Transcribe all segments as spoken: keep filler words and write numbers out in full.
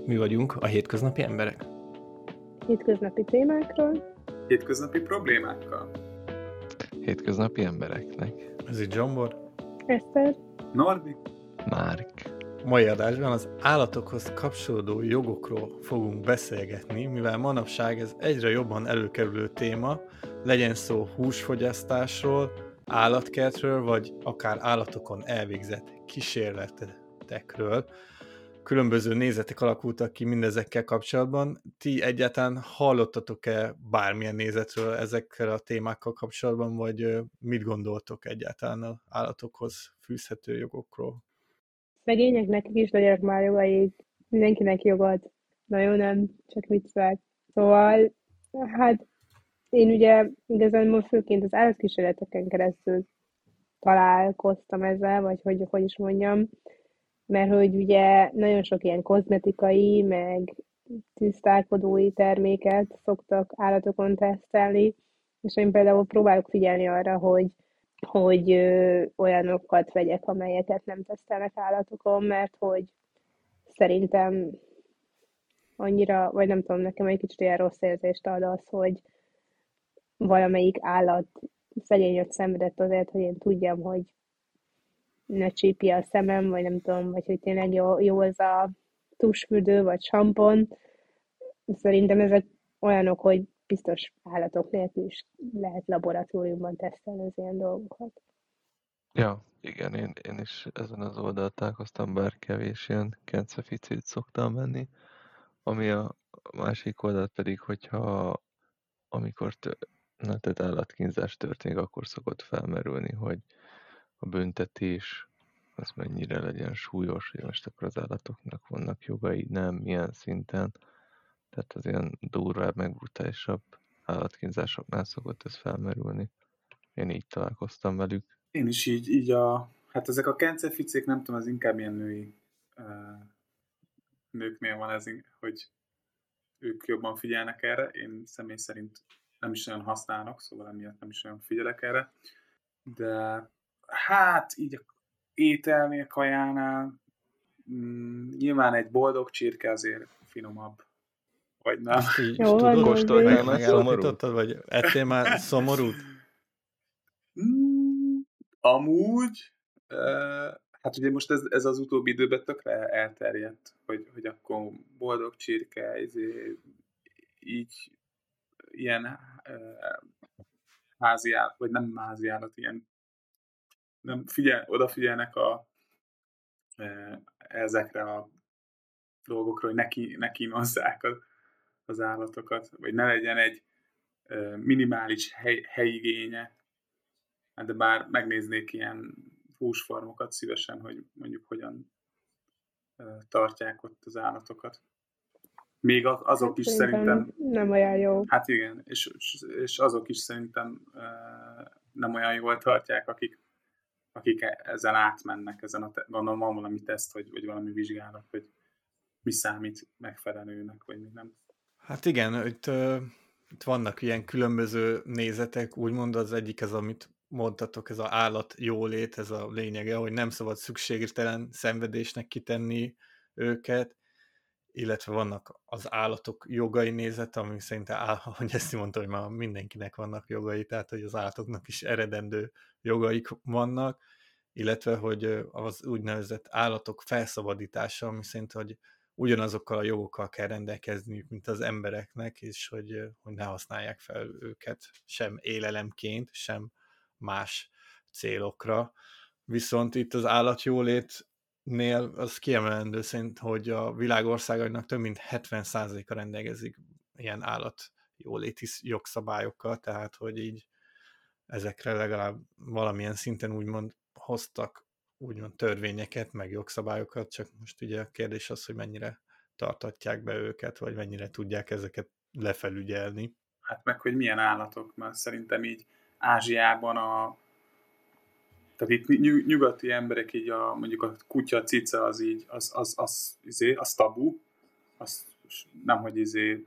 Mi vagyunk a hétköznapi emberek. Hétköznapi témákról. Hétköznapi problémákkal. Hétköznapi embereknek. Ez itt Zsombor. Eszter. Norbi. Márk. Mai adásban az állatokhoz kapcsolódó jogokról fogunk beszélgetni, mivel manapság ez egyre jobban előkerülő téma, legyen szó húsfogyasztásról, állatkertről, vagy akár állatokon elvégzett kísérletekről. Különböző nézetek alakultak ki mindezekkel kapcsolatban. Ti egyáltalán hallottatok-e bármilyen nézetről ezekkel a témákkal kapcsolatban, vagy mit gondoltok egyáltalán az állatokhoz fűzhető jogokról? Szegényeknek is legyenek már jogaik, mindenkinek jogot. Nagyon nem, csak viccelek. Szóval, hát én ugye igazán főként az állatkísérleteken keresztül találkoztam ezzel, vagy hogy, hogy is mondjam, mert hogy ugye nagyon sok ilyen kozmetikai, meg tisztálkodói terméket szoktak állatokon tesztelni, és én például próbálok figyelni arra, hogy, hogy ö, olyanokat vegyek, amelyeket nem tesztelnek állatokon, mert hogy szerintem annyira, vagy nem tudom, nekem egy kicsit ilyen rossz érzést ad az, hogy valamelyik állat szegényet szenvedett azért, hogy én tudjam, hogy ne csípje a szemem, vagy nem tudom, vagy hogy tényleg jó, jó ez a tusfürdő, vagy sampon. Szerintem ezek olyanok, hogy biztos állatok nélkül is lehet laboratóriumban tesztelni az ilyen dolgokat. Ja, igen, én, én is ezen az oldalt találkoztam, bár kevés ilyen kenceficét szoktam venni, ami a másik oldalt pedig, hogyha amikor tö- na, tehát állatkínzás történik, akkor szokott felmerülni, hogy a büntetés az mennyire legyen súlyos, hogy most akkor az állatoknak vannak jogai, nem, milyen szinten. Tehát az ilyen durvább, meg brutálisabb állatkínzásoknál szokott ez felmerülni. Én így találkoztam velük. Én is így, így a... Hát ezek a kenceficék, nem tudom, ez inkább ilyen női uh, nőknél van ez, hogy ők jobban figyelnek erre. Én személy szerint nem is olyan használok, szóval emiatt nem is olyan figyelek erre. De hát így a ételnél, kajánál mm, nyilván egy boldog csirke azért finomabb. Vagy nem. Azt így Jó, tudod, kóstoltál meg, már megállapítottad, vagy ettél már szomorút? Mm, amúgy, uh, hát ugye most ez, ez az utóbbi időben tökre elterjedt, hogy, hogy akkor boldog csirke, izé, így ilyen uh, házi állat, vagy nem házi állat, ilyen nem figyel, odafigyelnek a, uh, ezekre a dolgokra, hogy neki, ne kínozzák az, az állatokat, vagy ne legyen egy uh, minimális hely, helyigénye. De bár megnéznék ilyen húsfarmokat szívesen, hogy mondjuk hogyan tartják ott az állatokat. Még azok Hát is szerintem szerintem... nem olyan jó. Hát igen, és, és azok is szerintem nem olyan jól tartják, akik, akik ezen átmennek, ezen a, gondolom van valami teszt, vagy, vagy valami vizsgálat, hogy mi számít megfelelőnek, vagy mi nem. Hát igen, itt, uh, itt vannak ilyen különböző nézetek, úgymond az egyik az, amit mondtatok, ez az állat jólét, ez a lényege, hogy nem szabad szükségtelen szenvedésnek kitenni őket, illetve vannak az állatok jogai nézet, ami szerint, ahogy ezt mondta, hogy már mindenkinek vannak jogai, tehát hogy az állatoknak is eredendő jogaik vannak, illetve hogy az úgynevezett állatok felszabadítása, ami szerint, hogy ugyanazokkal a jogokkal kell rendelkezniük, mint az embereknek, és hogy, hogy ne használják fel őket sem élelemként, sem más célokra. Viszont itt az állatjólétnél az kiemelendő szerint, hogy a világ országainak több mint hetven százaléka rendelkezik ilyen állatjóléti jogszabályokkal, tehát hogy így ezekre legalább valamilyen szinten úgymond hoztak úgymond törvényeket, meg jogszabályokat, csak most ugye a kérdés az, hogy mennyire tartatják be őket, vagy mennyire tudják ezeket lefelügyelni. Hát meg, hogy milyen állatok, mert szerintem így Ázsiában a tehát itt ny- nyugati emberek így a, mondjuk a kutya, cica az így, az, az, az, izé, az tabu, az nem, hogy izé,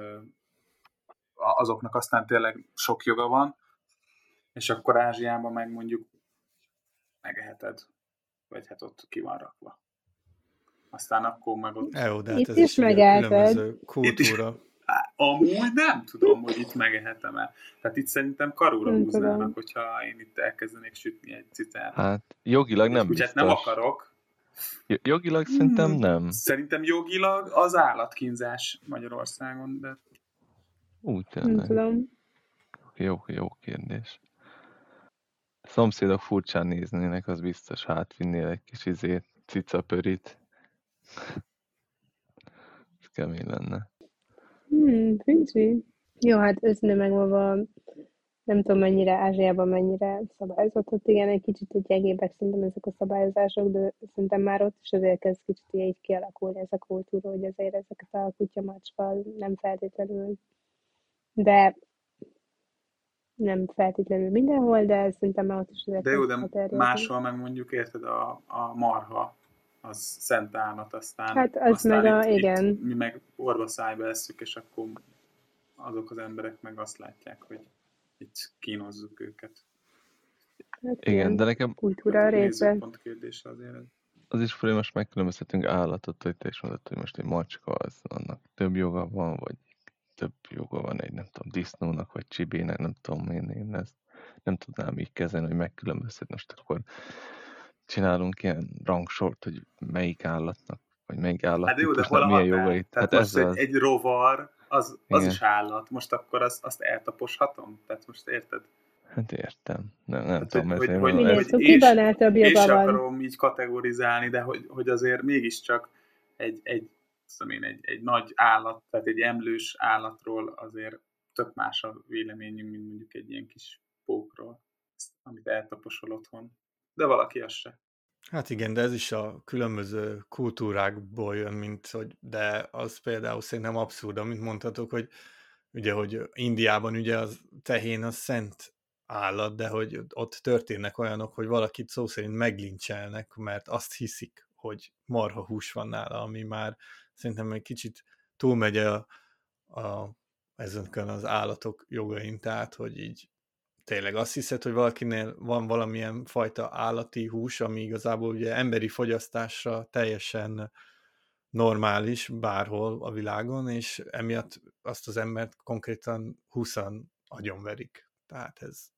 azoknak aztán tényleg sok joga van, és akkor Ázsiában meg mondjuk megeheted, vagy hát ott ki van rakva. aztán akkor meg ott... Jó, de hát Itt ez is is ugye a megeheted. különböző Itt is, kultúra. Á, amúgy nem tudom, hogy itt megehetem el. Tehát itt szerintem karúra Nem húznának, tudom. hogyha én itt elkezdenék sütni egy cicát. Hát jogilag Egy nem kutyát nem biztos. akarok. J- Jogilag szerintem Hmm, nem. Szerintem jogilag az állatkínzás Magyarországon, de Úgy Nem tényleg. tudom. Jó, jó kérdés. Szomszédok furcsán néznének, az biztos, hátvinnél egy kis izét, cicapörit. Ez kemény lenne. Hmm, fincsi. Jó, hát őszintén megmondva, nem tudom mennyire, Ázsiában mennyire szabályozott, ott igen, egy kicsit egy gyengébbek szerintem ezek a szabályozások, de szerintem már ott is azért kezd kicsit így kialakulni ez a kultúra, hogy azért ezeket a kutya-macska nem feltétlenül, de nem feltétlenül mindenhol, de szerintem már ott is azért de jó, kezd de terjedni. máshol meg mondjuk érted a, a marha, az szent állat, aztán, Hát az aztán meg a, itt, igen. itt mi meg orva szájba esszük, és akkor azok az emberek meg azt látják, hogy itt kínozzuk őket. Hát Igen, igen, de nekem kultúra része. Nézőpont kérdése azért. ez. az is fura, hogy most megkülönböztetünk állatot, hogy te is mondod, hogy most egy macska, az annak több joga van, vagy több joga van egy, nem tudom, disznónak, vagy csibének, nem tudom én, én ezt nem tudnám így kezelni, hogy megkülönböztetni. Most akkor csinálunk ilyen rangsort, hogy melyik állatnak, vagy melyik Hát jó, de állattípusnak hol a milyen határ? jogait. Tehát Hát most ez egy, az. egy rovar, az, az Igen. is állat. Most akkor azt, azt eltaposhatom? Tehát most érted? Hát értem. Nem, nem Tehát, tudom, hogy, ezért hogy, mondom, hogy, Minél ez, hogy én, cukiban több én joga sem van. akarom így kategorizálni, de hogy, hogy azért mégiscsak egy, egy, tudom én, egy, egy nagy állat, tehát egy emlős állatról azért tök más a véleményünk, mint mondjuk egy ilyen kis pókról, amit eltaposol otthon. De valaki az se. Hát igen, de ez is a különböző kultúrákból jön, mint hogy, de az például szerintem abszurd, amit mondhatok, hogy ugye, hogy Indiában ugye az tehén az szent állat, de hogy ott történnek olyanok, hogy valakit szó szerint meglincselnek, mert azt hiszik, hogy marha hús van nála, ami már szerintem egy kicsit túlmegy a, a, ezeken az állatok jogain, tehát hogy így tényleg azt hiszed, hogy valakinél van valamilyen fajta állati hús, ami igazából ugye emberi fogyasztásra teljesen normális bárhol a világon, és emiatt azt az embert konkrétan húszan agyonverik. Tehát ez,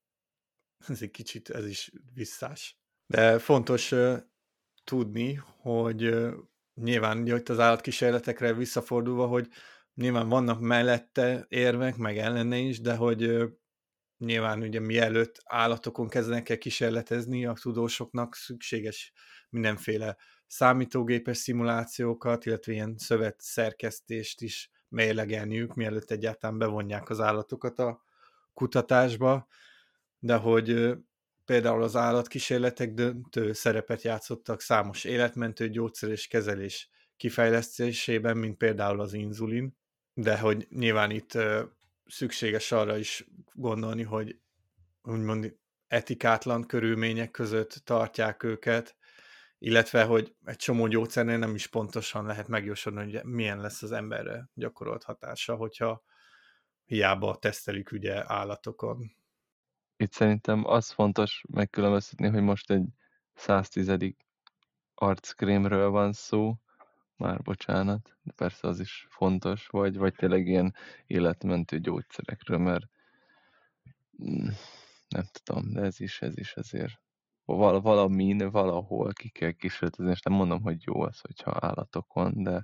ez egy kicsit, ez is visszás. De fontos uh, tudni, hogy uh, nyilván ugye, itt az állatkísérletekre visszafordulva, hogy nyilván vannak mellette érvek, meg ellene is, de hogy uh, nyilván ugye mielőtt állatokon kezdenek el kísérletezni, a tudósoknak szükséges mindenféle számítógépes szimulációkat, illetve ilyen szövetszerkesztést is mérlegelniük, mielőtt egyáltalán bevonják az állatokat a kutatásba, de hogy ö, például az állatkísérletek döntő szerepet játszottak számos életmentő gyógyszer és kezelés kifejlesztésében, mint például az inzulin, de hogy nyilván itt ö, szükséges arra is gondolni, hogy úgymond etikátlan körülmények között tartják őket, illetve, hogy egy csomó gyógyszernél nem is pontosan lehet megjósolni, hogy milyen lesz az emberre gyakorolt hatása, hogyha hiába tesztelik ugye állatokon. itt szerintem az fontos megkülönböztetni, hogy most egy száztizedik arckrémről van szó, már bocsánat, de persze az is fontos, vagy, vagy tényleg ilyen életmentő gyógyszerekről, mert mm, nem tudom, de ez is, ez is azért val- valamin, valahol ki kell kísérletezni, és nem mondom, hogy jó az, hogyha állatokon, de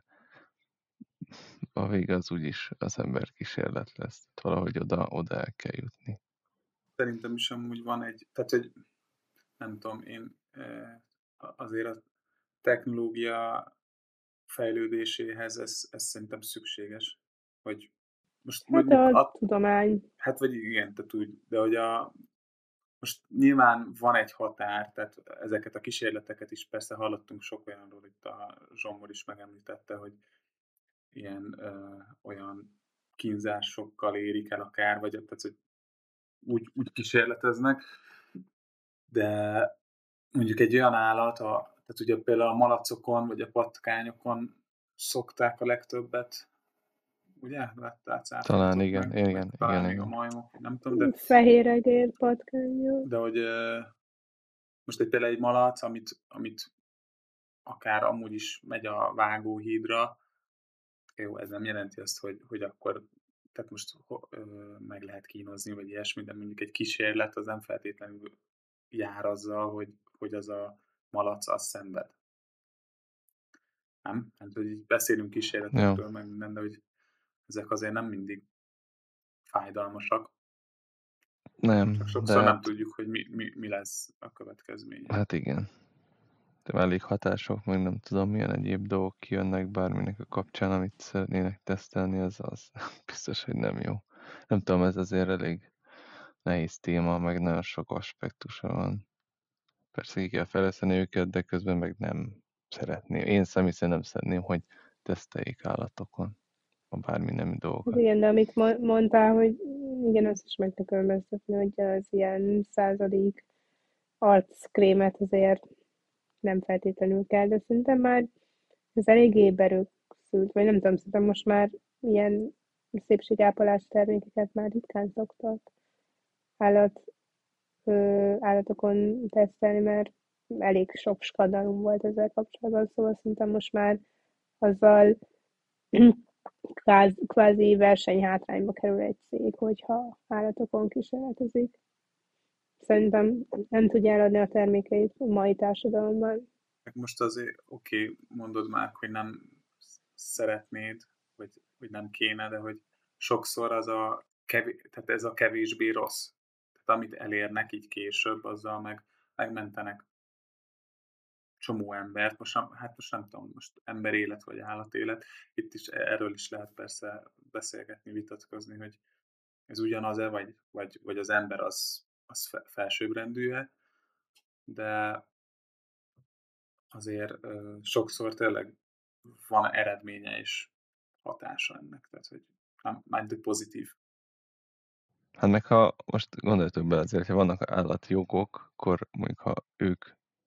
a vége az úgyis az ember kísérlet lesz. Valahogy oda, oda el kell jutni. Szerintem is amúgy van egy, tehát hogy nem tudom, én eh, azért a technológia fejlődéséhez ez, ez szerintem szükséges. Hogy most Hát mondjuk, a a, tudomány. hát vagy igen, tehát úgy, de hogy a, most nyilván van egy határ, tehát ezeket a kísérleteket is persze hallottunk sok olyanról, itt a Zsombor is megemlítette, hogy ilyen ö, olyan kínzásokkal érik el akár, vagy tehát, hogy úgy, úgy kísérleteznek, de mondjuk egy olyan állat, a, tehát ugye például a malacokon, vagy a patkányokon szokták a legtöbbet, ugye? Láttál cáfoltot Talán igen, meg, igen, meg talán igen, még igen. a majmok, nem tudom, de, Fehéregér patkány, jó. de hogy ö, most egy például egy malac, amit, amit akár amúgy is megy a vágóhídra, jó, ez nem jelenti azt, hogy, hogy akkor tehát most ö, meg lehet kínozni, vagy ilyesmi, de mondjuk egy kísérlet az nem feltétlenül jár azzal, hogy, hogy az a malac az szenved. Nem? Hát, hogy így beszélünk kísérletekről, Ja. meg minden, de hogy ezek azért nem mindig fájdalmasak. Nem, Csak de sokszor nem hát, tudjuk, hogy mi, mi, mi lesz a következménye. hát igen. De mellékhatások, meg nem tudom, milyen egyéb dolgok kijönnek bárminek a kapcsán, amit szeretnének tesztelni, az, az biztos, hogy nem jó. Nem tudom, ez azért elég nehéz téma, meg nagyon sok aspektusa van. Persze ki kell fejleszteni őket, de közben meg nem szeretném. Én személy szerint nem szeretném, hogy teszteljék állatokon a bármi nemű Hát dolgokat. igen, de amit mo- mondtál, hogy igen, azt is meg kell különböztetni, hogy az ilyen századik arckrémet azért nem feltétlenül kell, de szerintem már ez eléggé berögzült, vagy nem tudom, szerintem most már ilyen szépségápolás termékeket már ritkán szoktak állat, ö, állatokon tesztelni, mert elég sok skandalum volt ezzel kapcsolatban, szóval szerintem most már azzal kvázi, kvázi versenyhátrányba kerül egy cég, hogyha állatokon kísérletezik. Szerintem nem tudja eladni a termékeit a mai társadalomban. Most azért oké, okay, mondod már, hogy nem szeretnéd, vagy hogy nem kéne, de hogy sokszor az a kevés, tehát ez a kevésbé rossz. Tehát amit elérnek így később, azzal meg megmentenek csomó embert. Most, hát most nem tudom, most emberélet vagy állatélet. Itt is erről is lehet persze beszélgetni, vitatkozni, hogy ez ugyanaz-e, vagy, vagy, vagy az ember az, az felsőbbrendű-e, de azért ö, sokszor tényleg van eredménye és hatása ennek, tehát hogy nem, nem pozitív. Hát meg ha most gondoljatok be azért, ha vannak állatjogok, akkor mondjuk ha ők,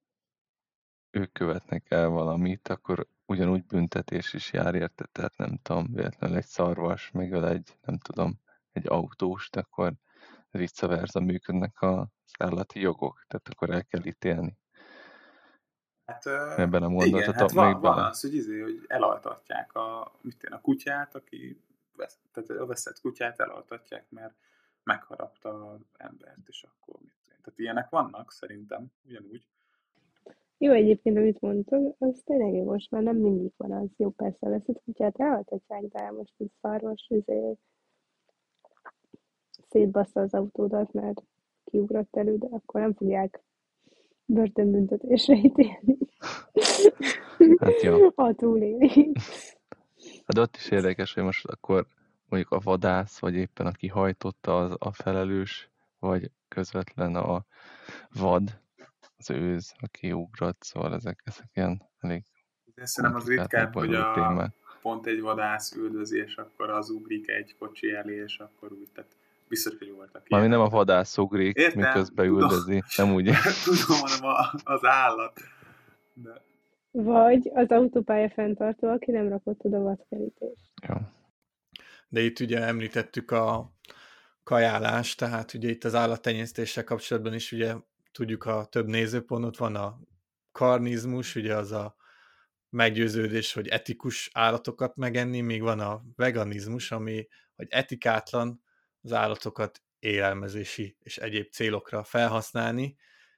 ők követnek el valamit, akkor ugyanúgy büntetés is jár érte, tehát nem tudom, véletlenül egy szarvas megöl egy, nem tudom, egy autóst, akkor vice versa működnek az állati jogok, tehát akkor el kell ítélni. Hát uh, Ebben nem igen, hát gondoltatok van, még van bele? az, hogy, izé, hogy elaltatják a, mit én, a kutyát, aki vesz, tehát a veszett kutyát elaltatják, mert megharapta az embert, és akkor mit én. Tehát ilyenek vannak szerintem, ugyanúgy. Jó, egyébként, amit mondtad, az tényleg jó, most már nem mindig van az. Jó, persze veszed kutyát, elhaltatják, de most ez szarvas, izé, szétbassza az autódat, mert kiugrott elő, de akkor nem fogják börtönbüntetésre ítélni. Hát jó. Ha túléli. Hát ott is érdekes, hogy most akkor mondjuk a vadász, vagy éppen aki hajtotta az a felelős, vagy közvetlen a vad, az őz, aki ugrott, szóval ezek, ezek ilyen elég Szerintem az komplikált, meg ritkább, hogy bonyolult a, témák. pont egy vadász üldözi, és akkor az ugrik egy kocsi elé, és akkor úgy, tehát biztos, hogy voltak Mármint ilyenek. nem a vadász ugrik, Értem, miközben tudom, üldözi, nem úgy. tudom, hanem a, az állat. De... Vagy az autópálya fenntartó, aki nem rakott oda vadkerítést. Jó. De itt ugye említettük a kajálást, tehát ugye itt az állattenyésztéssel kapcsolatban is ugye tudjuk a több nézőpontot, van a karnizmus, ugye az a meggyőződés, hogy etikus állatokat megenni, még van a veganizmus, ami hogy etikátlan az állatokat élelmezési és egyéb célokra felhasználni.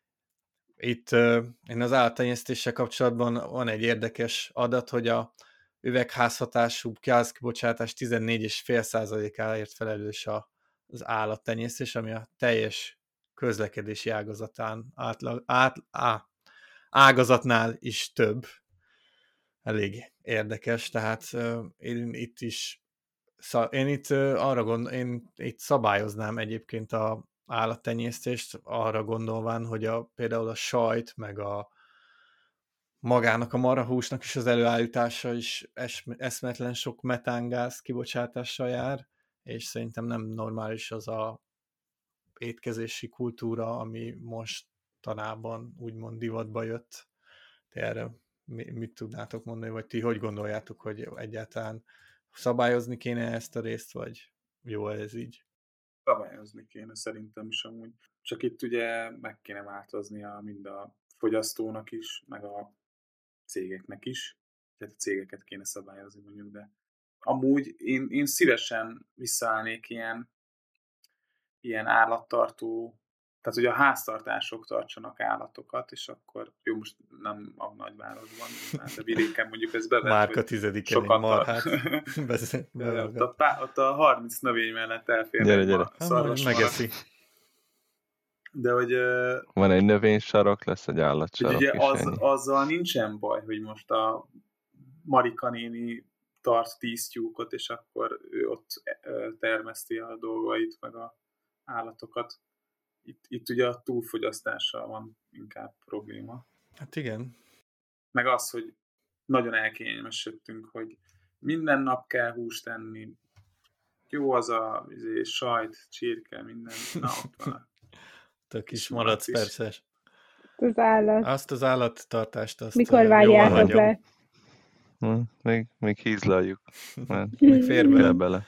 Itt uh, én az állattenyésztéssel kapcsolatban van egy érdekes adat, hogy a üvegházhatású gázkibocsátás tizennégy egész öt százalékáért felelős a, az állattenyésztés, ami a teljes közlekedési ágazatán átlag, át, á, ágazatnál is több. Elég érdekes, tehát uh, én itt is szab, én itt uh, arra gondol, én itt szabályoznám egyébként a állattenyésztést, arra gondolván, hogy a, például a sajt, meg a magának a marhahúsnak is az előállítása is es, eszmetlen sok metángáz kibocsátással jár, és szerintem nem normális az a étkezési kultúra, ami mostanában úgymond divatba jött. Te erre mi, mit tudnátok mondani, vagy ti hogy gondoljátok, hogy egyáltalán szabályozni kéne ezt a részt, vagy jó ez így? Szabályozni kéne szerintem is amúgy. Csak itt ugye meg kéne változnia mind a fogyasztónak is, meg a cégeknek is, tehát a cégeket kéne szabályozni mondjuk, de amúgy én, én szívesen visszaállnék ilyen, ilyen állattartó, tehát hogy a háztartások tartsanak állatokat, és akkor jó, most nem a nagyvárosban, de vidéken mondjuk ez bevett, Márka tizedikén egy marhát ott a, pá, ott a harminc növény mellett elfér gyere, egy gyere. ma, szarvas megeszi. De hogy... Van egy növénysarok, lesz egy állatsarok ugye is, az, ennyi. azzal nincsen baj, hogy most a Marika néni tart tíz tyúkot, és akkor ő ott termeszti a dolgait, meg a állatokat. Itt, itt ugye a túlfogyasztással van inkább probléma. Hát igen. Meg az, hogy nagyon elkényelmesedtünk, hogy minden nap kell húst enni. Jó az a izé, sajt, csirke, minden. Na, ott van. Tök kis maradsz is. persze. Az állat. Azt az állattartást, azt Mikor jól vágjátok hagyom. le? Hm, még, még hízlaljuk. Mert Még fér kell bele. bele.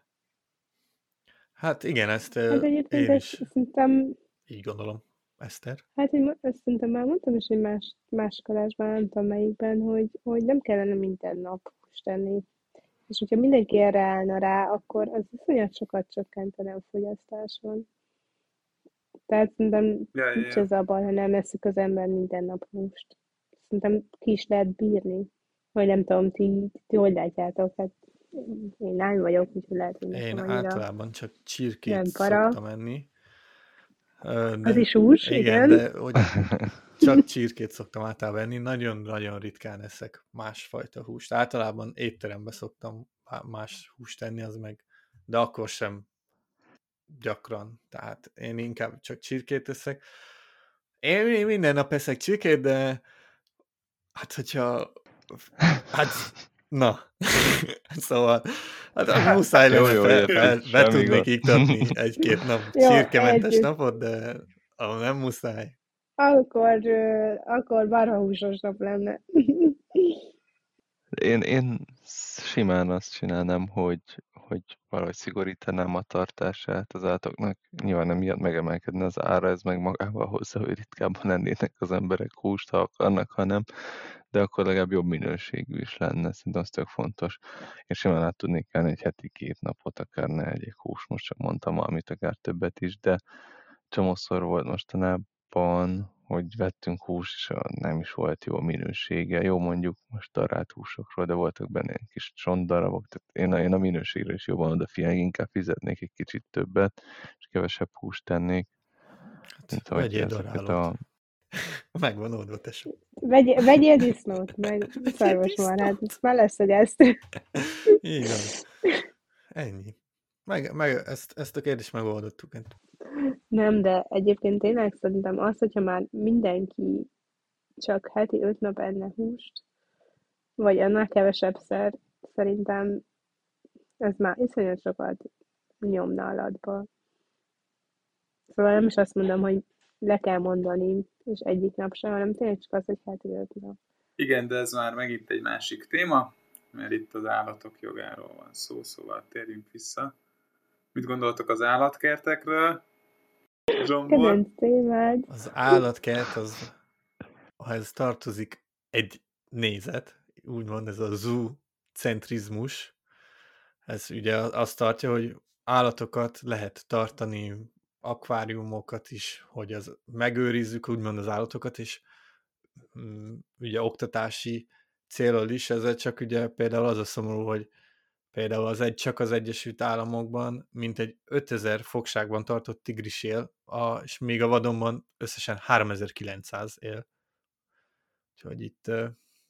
Hát igen, ezt Hát hát egyébként én ezt is szerintem, így gondolom. Eszter? hát én ezt szerintem már mondtam is, hogy más, más kalásban, nem tudom melyikben, hogy, hogy nem kellene minden nap húst tenni. És hogyha mindenki erre állna rá, akkor az iszonyat sokat csökkentene a fogyasztáson. Tehát szerintem Ja, ja, nincs ja. ez a baj, ha nem eszik az ember minden nap húst. Szerintem ki is lehet bírni. Vagy nem tudom, ti, ti hogy látjátok? Hát én lány vagyok, úgyhogy lehet, hogy nekem Én annyira általában csak csirkét nem para. szoktam enni. Ö, Az De, is hús, igen, igen. de hogy csak csirkét szoktam általában enni, nagyon-nagyon ritkán eszek másfajta húst. Általában étterembe szoktam más húst enni, az meg, de akkor sem gyakran. Tehát én inkább csak csirkét eszek. Én, én minden nap eszek csirkét, de hát hogyha hát na szóval hát muszáj Jó, lenne jó, fel, értem. fel, be Semmi tudnék gond. iktatni egy-két nap Jó, csirkementes együtt. napot, de ahol nem muszáj. Akkor, ö, akkor marhahúsos nap lenne. Én, én simán azt csinálnám, hogy, hogy valahogy szigorítanám a tartását az állatoknak. Nyilván nem miatt megemelkedne az ára, ez meg magával hozza, hogy ritkábban ennének az emberek húst, ha akarnak, ha nem. De akkor legalább jobb minőségű is lenne, szerintem az tök fontos. Én simán át tudnék állni egy heti két napot, akár ne egyik hús, most csak mondtam valamit, akár többet is, de csomószor volt mostanában, hogy vettünk húst, és nem is volt jó minősége. Jó, mondjuk most darált húsokról, de voltak benne ilyen kis csontdarabok, tehát én a, én a minőségre is jobban odafigyelnék, inkább fizetnék egy kicsit többet, és kevesebb húst tennék, Hát, mint hogy vegyél ezeket darálót. a... Megvan oldva, tesó. Vegy, vegyél disznót, meg szarvas marhát, ez már lesz, hogy ezt. Így van. Ennyi. Meg, meg ezt, ezt a kérdést megoldottuk. Nem, de egyébként tényleg szerintem az, hogyha már mindenki csak heti öt nap enne húst, vagy annál kevesebb szer, szerintem ez már iszonyat sokat nyomna alatba. Szóval nem is azt mondom, hogy le kell mondani, és egyik nap sem, hanem tényleg csak az, hogy heti öt nap. Igen, de ez már megint egy másik téma, mert itt az állatok jogáról van szó, szóval térjünk vissza. Mit gondoltok az állatkertekről? Zsombor? Kedvenc témád. Az állatkert, az, ahhez tartozik egy nézet, úgymond ez a zoocentrizmus. Ez ugye azt tartja, hogy állatokat lehet tartani, akváriumokat is, hogy az megőrizzük úgymond az állatokat, és mm, ugye oktatási célral is, ezzel csak ugye például az a szomorú, hogy például az egy, csak az Egyesült Államokban mintegy ötezer fogságban tartott tigris él, a, és még a vadonban összesen háromezer-kilencszáz él. Úgyhogy itt... Uh,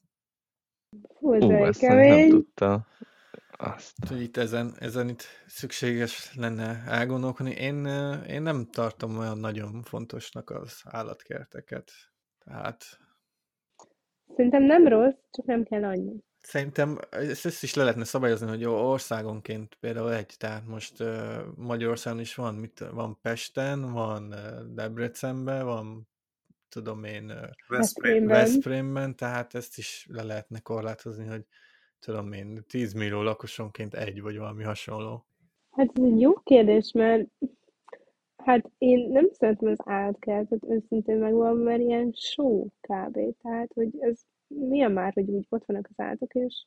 Hú, ez Ú, elég ezt nem kemény. tudta. Azt. Úgyhogy itt ezen, ezen itt szükséges lenne elgondolkodni. Én, uh, én nem tartom olyan nagyon fontosnak az állatkerteket. Tehát... Szerintem nem rossz, csak nem kell annyi. Szerintem ezt, ezt is le lehetne szabályozni, hogy országonként például egy, tehát most uh, Magyarországon is van, mit, van Pesten, van uh, Debrecenben, van tudom én uh, Veszprémben. Veszprémben, tehát ezt is le lehetne korlátozni, hogy tudom én, tíz millió lakosonként egy, vagy valami hasonló. Hát ez egy jó kérdés, mert hát én nem szeretem az állatkertet, őszintén megvan, mert ilyen só kb. Tehát, hogy ez milyen már, hogy úgy ott vannak az állatok, és,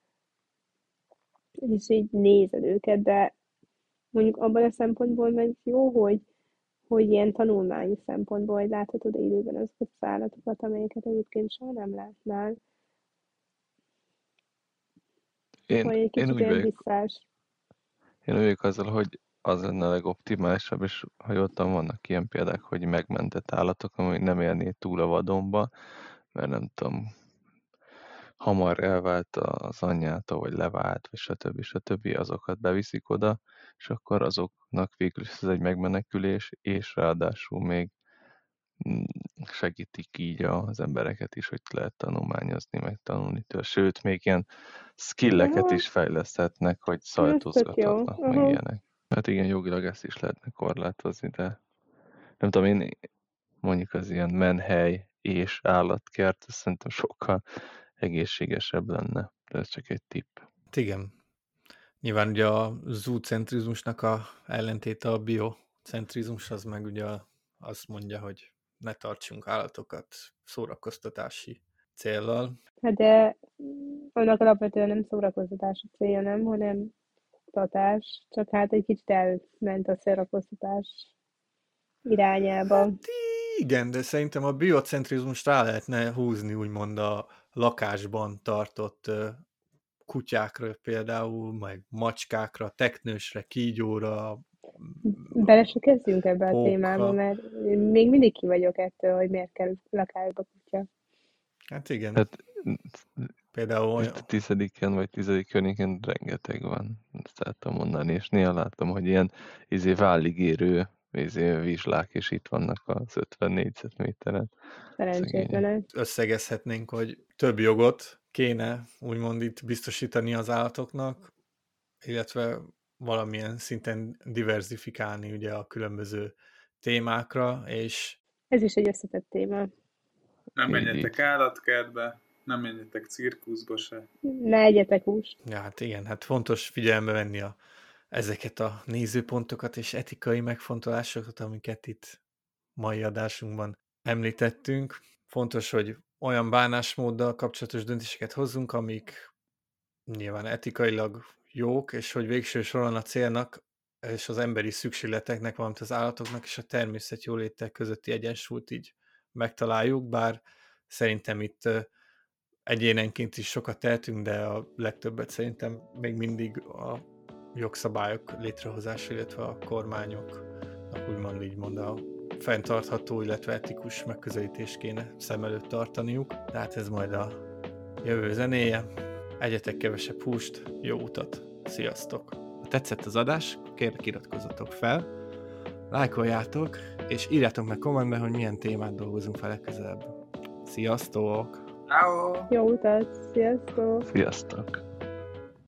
és így nézed őket, de mondjuk abban a szempontból meg jó, hogy, hogy ilyen tanulmányi szempontból, hogy láthatod élőben azokat az állatokat, amelyeket egyébként soha nem látnál. Én, Vagy egy én kicsit úgy olyan vagyok, visszás. én úgy vagyok azzal, hogy az lenne a legoptimálisabb, és ha jól tudom, vannak ilyen példák, hogy megmentett állatok, ami nem élné túl a vadonba, mert nem tudom, hamar elvált az anyjától, vagy levált, vagy stb. stb. Azokat beviszik oda, és akkor azoknak végül is ez egy megmenekülés, és ráadásul még mm, segítik így az embereket is, hogy lehet tanulmányozni, meg tanulni tőle. Sőt, még ilyen skilleket Aha, is fejleszthetnek, hogy ez tök jó. szajtozgathatnak, meg Aha. ilyenek. Hát igen, jogilag ezt is lehetne korlátozni, de nem tudom, én mondjuk az ilyen menhely és állatkert, ez szerintem sokkal egészségesebb lenne. De ez csak egy tipp. Hát igen. Nyilván ugye a zoocentrizmusnak a ellentéte a biocentrizmus, az meg ugye azt mondja, hogy ne tartsunk állatokat szórakoztatási céllal. Hát de annak alapvetően nem szórakoztatás a célja, nem, hanem oktatás, csak hát egy kicsit elment a szórakoztatás irányába. Hát igen, de szerintem a biocentrizmust rá lehetne húzni úgymond a lakásban tartott ö, kutyákra például, meg macskákra, teknősre, kígyóra, Bele se kezdjünk ebbe a pókra. témába, mert én még mindig ki vagyok ettől, hogy miért kell lakásba kutya. Hát igen, Hát például olyan, itt a tizediken vagy tizedik környéken rengeteg van, ezt el tudom mondani, és néha látom, hogy ilyen izé válig érő izé, vizslák, és itt vannak az ötven négyzetméteren. Szegények. Szerencsétlenek. összegezhetnénk, hogy több jogot kéne úgymond itt biztosítani az állatoknak, illetve valamilyen szinten diverzifikálni ugye a különböző témákra, és Ez is egy összetett téma. Nem Így, menjetek így. állatkertbe, nem menjetek cirkuszba se. Ne egyetek húst. ja, hát igen, hát fontos figyelembe venni a, ezeket a nézőpontokat és etikai megfontolásokat, amiket itt mai adásunkban említettünk. Fontos, hogy olyan bánásmóddal kapcsolatos döntéseket hozzunk, amik nyilván etikailag jók, és hogy végső soron a célnak és az emberi szükségleteknek, valamint az állatoknak és a természet jóléte közötti egyensúlyt így megtaláljuk, bár szerintem itt ö, egyénenként is sokat tehetünk, de a legtöbbet szerintem még mindig a jogszabályok létrehozása, illetve a kormányoknak úgymond így mond a fenntartható, illetve etikus megközelítést kéne szem előtt tartaniuk. Tehát ez majd a jövő zenéje. Egyetek kevesebb húst, jó utat, sziasztok! Ha tetszett az adás, kérlek iratkozzatok fel, lájkoljátok, és írjátok meg kommentben, hogy milyen témát dolgozunk fel legközelebb. Sziasztok! Ciao. Jó utat, sziasztok! Sziasztok!